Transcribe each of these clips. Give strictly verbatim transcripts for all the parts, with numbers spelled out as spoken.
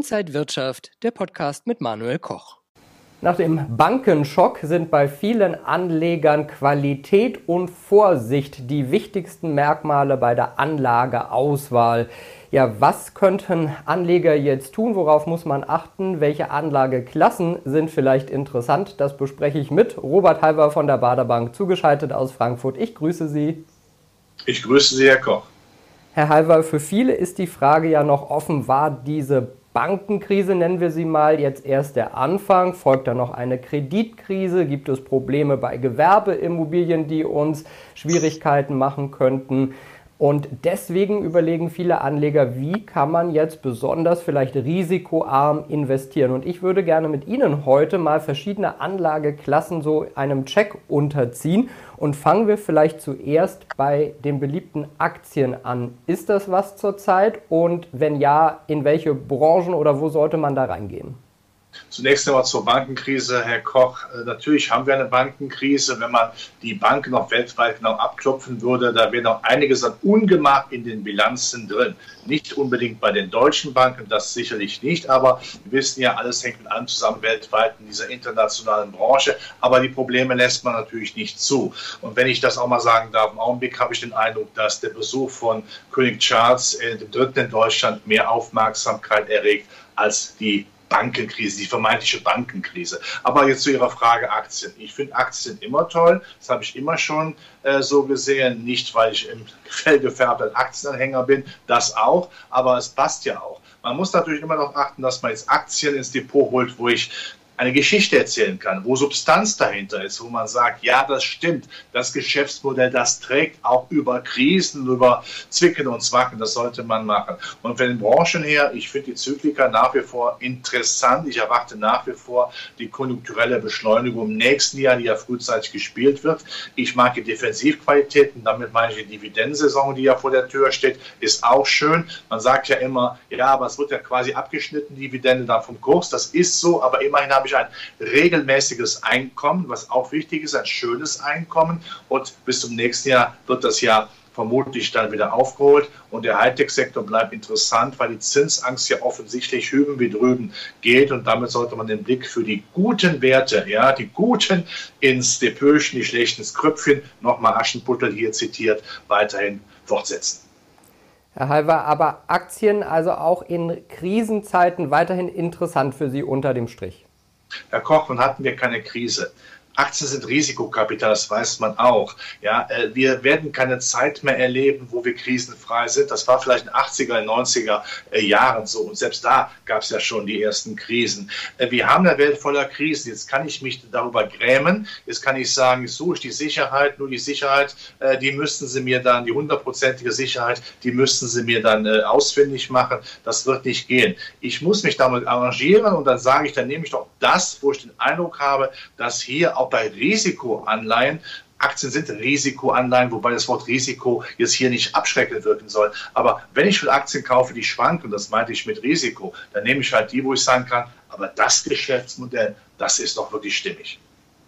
Inside Wirtschaft, der Podcast mit Manuel Koch. Nach dem Bankenschock sind bei vielen Anlegern Qualität und Vorsicht die wichtigsten Merkmale bei der Anlageauswahl. Ja, was könnten Anleger jetzt tun? Worauf muss man achten? Welche Anlageklassen sind vielleicht interessant? Das bespreche ich mit Robert Halver von der Baader Bank, zugeschaltet aus Frankfurt. Ich grüße Sie. Ich grüße Sie, Herr Koch. Herr Halver, für viele ist die Frage ja noch offen, war diese Bankenkrise, nennen wir sie mal, jetzt erst der Anfang? Folgt da noch eine Kreditkrise? Gibt es Probleme bei Gewerbeimmobilien, die uns Schwierigkeiten machen könnten? Und deswegen überlegen viele Anleger, wie kann man jetzt besonders vielleicht risikoarm investieren? Und ich würde gerne mit Ihnen heute mal verschiedene Anlageklassen so einem Check unterziehen. Und fangen wir vielleicht zuerst bei den beliebten Aktien an. Ist das was zurzeit? Und wenn ja, in welche Branchen oder wo sollte man da reingehen? Zunächst einmal zur Bankenkrise, Herr Koch. Natürlich haben wir eine Bankenkrise. Wenn man die Banken noch weltweit genau abklopfen würde, da wäre noch einiges an Ungemach in den Bilanzen drin. Nicht unbedingt bei den deutschen Banken, das sicherlich nicht, aber wir wissen ja, alles hängt mit allem zusammen weltweit in dieser internationalen Branche. Aber die Probleme lässt man natürlich nicht zu. Und wenn ich das auch mal sagen darf, im Augenblick habe ich den Eindruck, dass der Besuch von König Charles, dem Dritten in Deutschland, mehr Aufmerksamkeit erregt als die Bankenkrise, die vermeintliche Bankenkrise. Aber jetzt zu Ihrer Frage Aktien. Ich finde Aktien immer toll. Das habe ich immer schon äh, so gesehen. Nicht, weil ich im Fell gefärbter Aktienanhänger bin, das auch. Aber es passt ja auch. Man muss natürlich immer darauf achten, dass man jetzt Aktien ins Depot holt, wo ich eine Geschichte erzählen kann, wo Substanz dahinter ist, wo man sagt, ja, das stimmt, das Geschäftsmodell, das trägt auch über Krisen, über Zwicken und Zwacken, das sollte man machen. Und von den Branchen her, ich finde die Zyklika nach wie vor interessant, ich erwarte nach wie vor die konjunkturelle Beschleunigung im nächsten Jahr, die ja frühzeitig gespielt wird. Ich mag die Defensivqualitäten, damit meine ich die Dividendensaison, die ja vor der Tür steht, ist auch schön. Man sagt ja immer, ja, aber es wird ja quasi abgeschnitten, die Dividende dann vom Kurs, das ist so, aber immerhin habe ich ein regelmäßiges Einkommen, was auch wichtig ist, ein schönes Einkommen, und bis zum nächsten Jahr wird das Jahr vermutlich dann wieder aufgeholt und der Hightech-Sektor bleibt interessant, weil die Zinsangst ja offensichtlich hüben wie drüben geht, und damit sollte man den Blick für die guten Werte, ja, die guten ins Depötchen, die schlechten ins Kröpfchen, nochmal Aschenputtel hier zitiert, weiterhin fortsetzen. Herr Halver, aber Aktien also auch in Krisenzeiten weiterhin interessant für Sie unter dem Strich? Herr Koch, nun hatten wir keine Krise. Aktien sind Risikokapital, das weiß man auch. Ja, wir werden keine Zeit mehr erleben, wo wir krisenfrei sind. Das war vielleicht in den achtziger, neunziger Jahren so. Und selbst da gab es ja schon die ersten Krisen. Wir haben eine Welt voller Krisen. Jetzt kann ich mich darüber grämen. Jetzt kann ich sagen, ich suche die Sicherheit, nur die Sicherheit, die müssten Sie mir dann, die hundertprozentige Sicherheit, die müssten Sie mir dann ausfindig machen. Das wird nicht gehen. Ich muss mich damit arrangieren, und dann sage ich, dann nehme ich doch das, wo ich den Eindruck habe, dass hier auch bei Risikoanleihen, Aktien sind Risikoanleihen, wobei das Wort Risiko jetzt hier nicht abschreckend wirken soll. Aber wenn ich für Aktien kaufe, die schwanken, das meinte ich mit Risiko, dann nehme ich halt die, wo ich sagen kann, aber das Geschäftsmodell, das ist doch wirklich stimmig.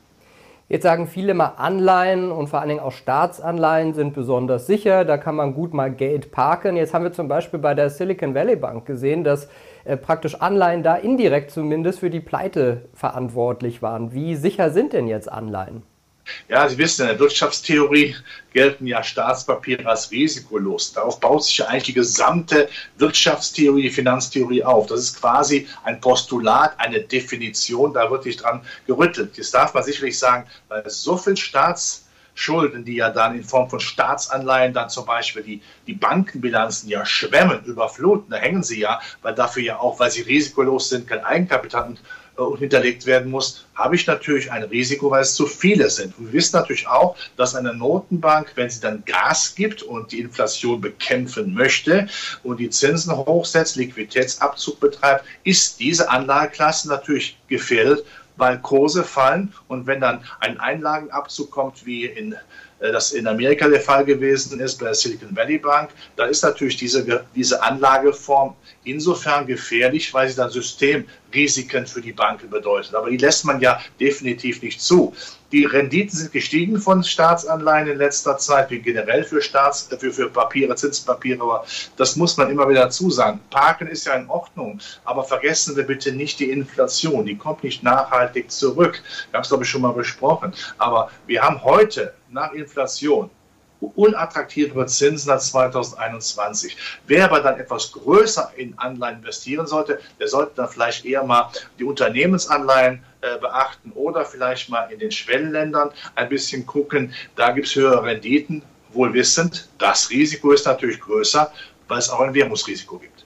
Jetzt sagen viele mal, Anleihen und vor allen Dingen auch Staatsanleihen sind besonders sicher, da kann man gut mal Geld parken. Jetzt haben wir zum Beispiel bei der Silicon Valley Bank gesehen, dass äh, praktisch Anleihen da indirekt zumindest für die Pleite verantwortlich waren. Wie sicher sind denn jetzt Anleihen? Ja, Sie wissen, in der Wirtschaftstheorie gelten ja Staatspapiere als risikolos. Darauf baut sich ja eigentlich die gesamte Wirtschaftstheorie, die Finanztheorie auf. Das ist quasi ein Postulat, eine Definition, da wird nicht dran gerüttelt. Jetzt darf man sicherlich sagen, weil so viel Staatsschulden, die ja dann in Form von Staatsanleihen dann zum Beispiel die, die Bankenbilanzen ja schwemmen, überfluten, da hängen sie ja, weil dafür ja auch, weil sie risikolos sind, kein Eigenkapital und hinterlegt werden muss, habe ich natürlich ein Risiko, weil es zu viele sind. Und wir wissen natürlich auch, dass eine Notenbank, wenn sie dann Gas gibt und die Inflation bekämpfen möchte und die Zinsen hochsetzt, Liquiditätsabzug betreibt, ist diese Anlageklasse natürlich gefährdet, weil Kurse fallen, und wenn dann ein Einlagenabzug kommt, wie in das in Amerika der Fall gewesen ist, bei der Silicon Valley Bank, da ist natürlich diese, diese Anlageform insofern gefährlich, weil sie dann Systemrisiken für die Banken bedeutet. Aber die lässt man ja definitiv nicht zu. Die Renditen sind gestiegen von Staatsanleihen in letzter Zeit, wie generell für Staats, für, für Papiere, Zinspapiere, aber das muss man immer wieder dazu sagen. Parken ist ja in Ordnung, aber vergessen wir bitte nicht die Inflation, die kommt nicht nachhaltig zurück. Wir haben es, glaube ich, schon mal besprochen. Aber wir haben heute nach Inflation unattraktivere Zinsen als zweitausendeinundzwanzig. Wer aber dann etwas größer in Anleihen investieren sollte, der sollte dann vielleicht eher mal die Unternehmensanleihen äh, beachten oder vielleicht mal in den Schwellenländern ein bisschen gucken. Da gibt es höhere Renditen, wohl wissend, das Risiko ist natürlich größer, weil es auch ein Währungsrisiko gibt.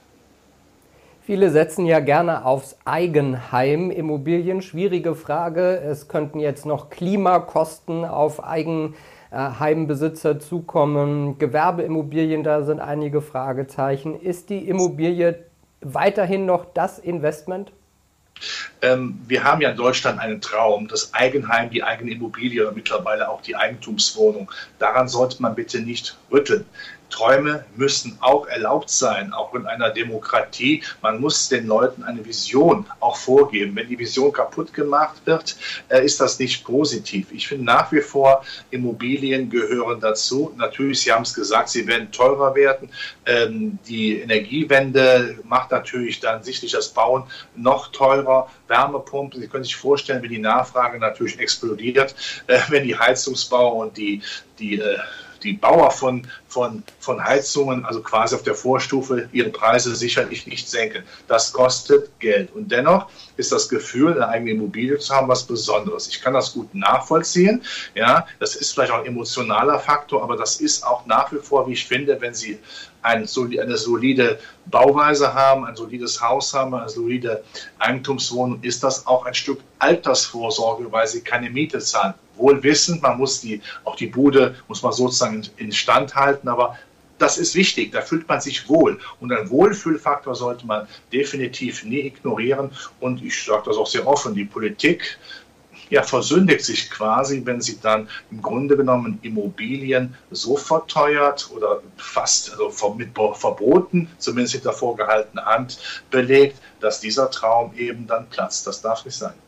Viele setzen ja gerne aufs Eigenheim. Immobilien, schwierige Frage. Es könnten jetzt noch Klimakosten auf Eigenheim Heimbesitzer zukommen, Gewerbeimmobilien, da sind einige Fragezeichen. Ist die Immobilie weiterhin noch das Investment? Ähm, wir haben ja in Deutschland einen Traum, das Eigenheim, die eigene Immobilie oder mittlerweile auch die Eigentumswohnung. Daran sollte man bitte nicht rütteln. Träume müssen auch erlaubt sein, auch in einer Demokratie. Man muss den Leuten eine Vision auch vorgeben. Wenn die Vision kaputt gemacht wird, ist das nicht positiv. Ich finde nach wie vor, Immobilien gehören dazu. Natürlich, Sie haben es gesagt, sie werden teurer werden. Die Energiewende macht natürlich dann sicherlich das Bauen noch teurer. Wärmepumpen, Sie können sich vorstellen, wie die Nachfrage natürlich explodiert, wenn die Heizungsbau und die, die die Bauer von, von, von Heizungen, also quasi auf der Vorstufe, ihre Preise sicherlich nicht senken. Das kostet Geld. Und dennoch ist das Gefühl, eine eigene Immobilie zu haben, was Besonderes. Ich kann das gut nachvollziehen. Ja, das ist vielleicht auch ein emotionaler Faktor, aber das ist auch nach wie vor, wie ich finde, wenn Sie eine solide Bauweise haben, ein solides Haus haben, eine solide Eigentumswohnung, ist das auch ein Stück Altersvorsorge, weil Sie keine Miete zahlen. Wohl wissend, man muss die, auch die Bude, muss man sozusagen instand halten, aber das ist wichtig, da fühlt man sich wohl. Und einen Wohlfühlfaktor sollte man definitiv nie ignorieren. Und ich sage das auch sehr offen, die Politik ja, versündigt sich quasi, wenn sie dann im Grunde genommen Immobilien so verteuert oder fast also mit verboten, zumindest hinter vorgehaltener Hand belegt, dass dieser Traum eben dann platzt. Das darf nicht sein.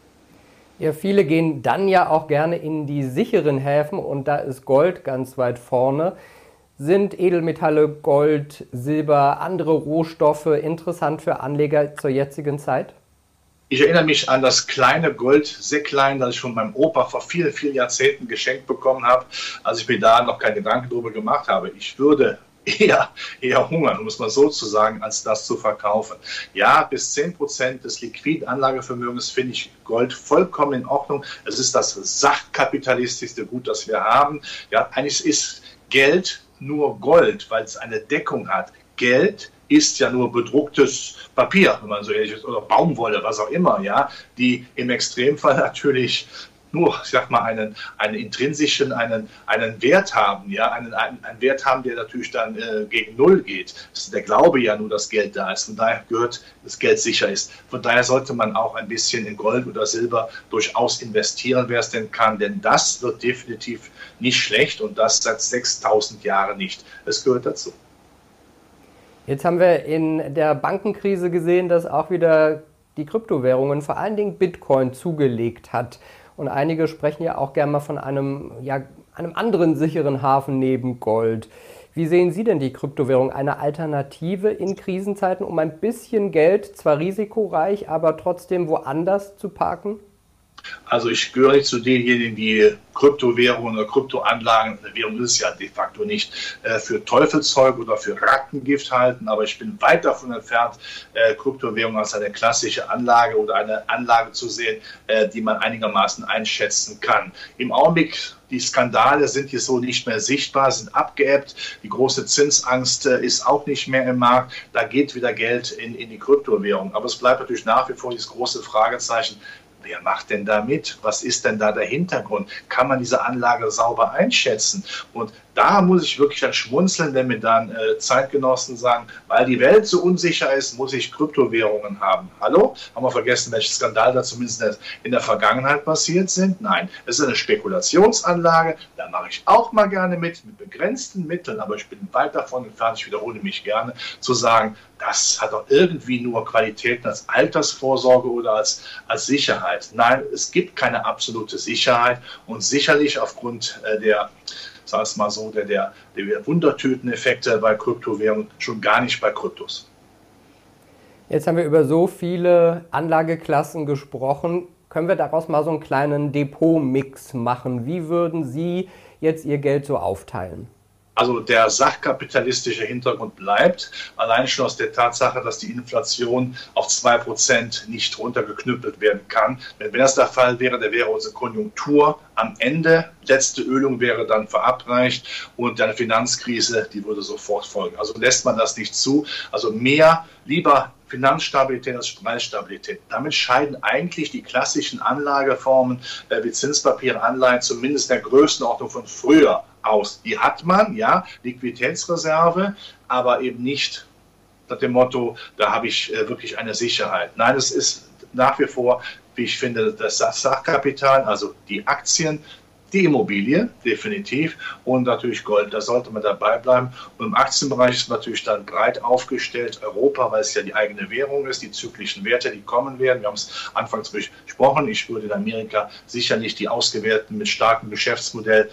Ja, viele gehen dann ja auch gerne in die sicheren Häfen und da ist Gold ganz weit vorne. Sind Edelmetalle, Gold, Silber, andere Rohstoffe interessant für Anleger zur jetzigen Zeit? Ich erinnere mich an das kleine Gold, sehr klein, das ich von meinem Opa vor vielen, vielen Jahrzehnten geschenkt bekommen habe, als ich mir da noch keine Gedanken darüber gemacht habe. Ich würde eher, eher hungern, um es mal so zu sagen, als das zu verkaufen. Ja, bis zehn Prozent des liquiden Anlagevermögens finde ich Gold vollkommen in Ordnung. Es ist das sachkapitalistischste Gut, das wir haben. Ja, eigentlich ist Geld nur Gold, weil es eine Deckung hat. Geld ist ja nur bedrucktes Papier, wenn man so ehrlich ist, oder Baumwolle, was auch immer, ja, die im Extremfall natürlich nur, ich sag mal, einen, einen intrinsischen, einen, einen Wert haben, ja, einen, einen, einen Wert haben, der natürlich dann äh, gegen Null geht. Das ist der Glaube ja nur, dass Geld da ist. Von daher gehört, dass Geld sicher ist. Von daher sollte man auch ein bisschen in Gold oder Silber durchaus investieren, wer es denn kann, denn das wird definitiv nicht schlecht und das seit sechstausend Jahren nicht. Es gehört dazu. Jetzt haben wir in der Bankenkrise gesehen, dass auch wieder die Kryptowährungen, vor allen Dingen Bitcoin, zugelegt hat. Und einige sprechen ja auch gerne mal von einem, ja, einem anderen sicheren Hafen neben Gold. Wie sehen Sie denn die Kryptowährung? Eine Alternative in Krisenzeiten, um ein bisschen Geld, zwar risikoreich, aber trotzdem woanders zu parken? Also ich gehöre nicht zu denjenigen, die Kryptowährungen oder Kryptoanlagen, eine Währung ist es ja de facto nicht, äh, für Teufelszeug oder für Rattengift halten, aber ich bin weit davon entfernt, äh, Kryptowährungen als eine klassische Anlage oder eine Anlage zu sehen, äh, die man einigermaßen einschätzen kann. Im Augenblick, die Skandale sind hier so nicht mehr sichtbar, sind abgeebbt, die große Zinsangst äh, ist auch nicht mehr im Markt, da geht wieder Geld in, in die Kryptowährung, aber es bleibt natürlich nach wie vor dieses große Fragezeichen, wer macht denn da mit? Was ist denn da der Hintergrund? Kann man diese Anlage sauber einschätzen? Und da muss ich wirklich dann schmunzeln, wenn mir dann äh, Zeitgenossen sagen, weil die Welt so unsicher ist, muss ich Kryptowährungen haben. Hallo? Haben wir vergessen, welche Skandale da zumindest in der Vergangenheit passiert sind? Nein, es ist eine Spekulationsanlage, da mache ich auch mal gerne mit, mit begrenzten Mitteln, aber ich bin weit davon entfernt, ich wiederhole mich gerne, zu sagen, das hat doch irgendwie nur Qualitäten als Altersvorsorge oder als, als Sicherheit. Nein, es gibt keine absolute Sicherheit und sicherlich aufgrund äh, der sagen wir es mal so, der, der, der Wundertüteneffekte bei Kryptowährungen, schon gar nicht bei Kryptos. Jetzt haben wir über so viele Anlageklassen gesprochen. Können wir daraus mal so einen kleinen Depotmix machen? Wie würden Sie jetzt Ihr Geld so aufteilen? Also der sachkapitalistische Hintergrund bleibt, allein schon aus der Tatsache, dass die Inflation auf zwei Prozent nicht runtergeknüppelt werden kann. Denn wenn das der Fall wäre, dann wäre unsere Konjunktur am Ende, letzte Ölung wäre dann verabreicht und eine Finanzkrise, die würde sofort folgen. Also lässt man das nicht zu. Also mehr, lieber Finanzstabilität als Preisstabilität. Damit scheiden eigentlich die klassischen Anlageformen äh, wie Zinspapiere, Anleihen zumindest der Größenordnung von früher aus. Die hat man, ja, Liquiditätsreserve, aber eben nicht nach dem Motto, da habe ich äh, wirklich eine Sicherheit. Nein, es ist nach wie vor, wie ich finde, das Sachkapital, also die Aktien, die Immobilie, definitiv, und natürlich Gold, da sollte man dabei bleiben. Und im Aktienbereich ist man natürlich dann breit aufgestellt, Europa, weil es ja die eigene Währung ist, die zyklischen Werte, die kommen werden. Wir haben es anfangs besprochen, ich würde in Amerika sicherlich die ausgewerteten mit starkem Geschäftsmodell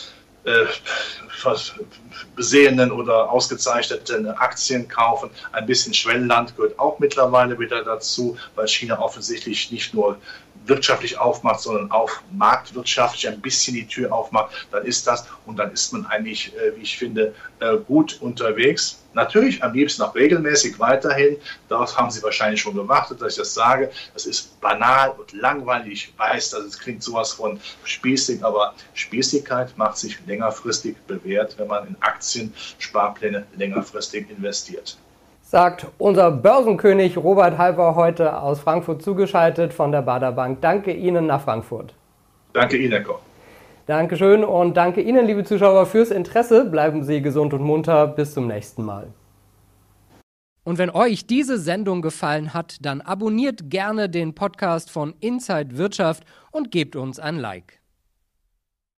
besehenen oder ausgezeichneten Aktien kaufen. Ein bisschen Schwellenland gehört auch mittlerweile wieder dazu, weil China offensichtlich nicht nur wirtschaftlich aufmacht, sondern auch marktwirtschaftlich ein bisschen die Tür aufmacht, dann ist das und dann ist man eigentlich, wie ich finde, gut unterwegs. Natürlich am liebsten auch regelmäßig weiterhin. Darauf haben Sie wahrscheinlich schon gewartet, dass ich das sage. Das ist banal und langweilig. Ich weiß, das klingt sowas von spießig, aber Spießigkeit macht sich längerfristig bewährt, wenn man in Aktien, Sparpläne längerfristig investiert. Sagt unser Börsenkönig Robert Halber heute aus Frankfurt zugeschaltet von der Baader Bank. Danke Ihnen nach Frankfurt. Danke Ihnen, Herr Koch. Dankeschön und danke Ihnen, liebe Zuschauer, fürs Interesse. Bleiben Sie gesund und munter. Bis zum nächsten Mal. Und wenn euch diese Sendung gefallen hat, dann abonniert gerne den Podcast von Inside Wirtschaft und gebt uns ein Like.